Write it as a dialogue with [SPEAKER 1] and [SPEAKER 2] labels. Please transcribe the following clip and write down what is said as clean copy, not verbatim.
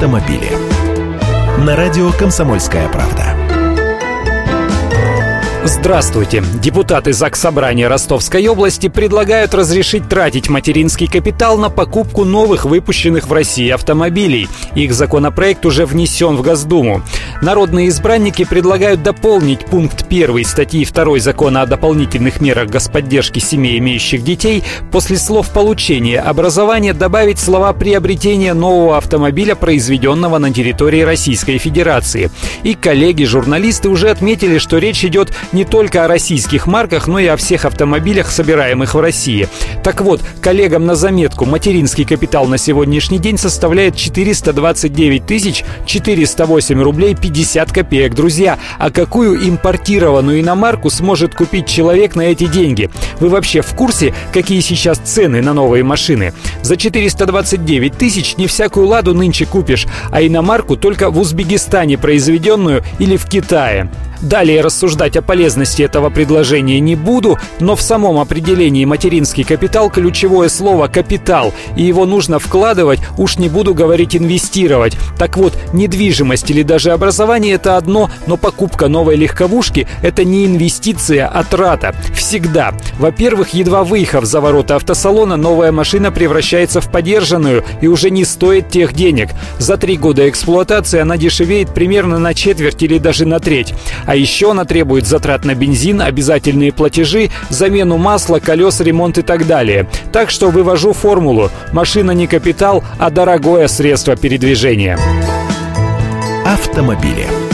[SPEAKER 1] автомобили. На радио «Комсомольская правда».
[SPEAKER 2] Здравствуйте! Депутаты Заксобрания Ростовской области предлагают разрешить тратить материнский капитал на покупку новых выпущенных в России автомобилей. Их законопроект уже внесен в Госдуму. Народные избранники предлагают дополнить пункт 1 статьи 2 Закона о дополнительных мерах господдержки семей, имеющих детей, после слов «получение образования» добавить слова «приобретение нового автомобиля, произведенного на территории Российской Федерации». И коллеги-журналисты уже отметили, что речь идет не только о российских марках, но и о всех автомобилях, собираемых в России. Так вот, коллегам на заметку, материнский капитал на сегодняшний день составляет 429 408 рублей 50 копеек. Друзья, а какую импортированную иномарку сможет купить человек на эти деньги? Вы вообще в курсе, какие сейчас цены на новые машины? За 429 тысяч не всякую «Ладу» нынче купишь, а иномарку только в Узбекистане произведенную или в Китае. Далее рассуждать о полезности этого предложения не буду, но в самом определении материнский капитал ключевое слово «капитал», и его нужно вкладывать, уж не буду говорить инвестировать. Так вот, недвижимость или даже образование – это одно, но покупка новой легковушки – это не инвестиция, а трата. Всегда. Во-первых, едва выехав за ворота автосалона, новая машина превращается в подержанную и уже не стоит тех денег. За 3 года эксплуатации она дешевеет примерно на четверть или даже на треть. А еще она требует затрат на бензин, обязательные платежи, замену масла, колес, ремонт и так далее. Так что вывожу формулу: машина не капитал, а дорогое средство передвижения.
[SPEAKER 1] Автомобили.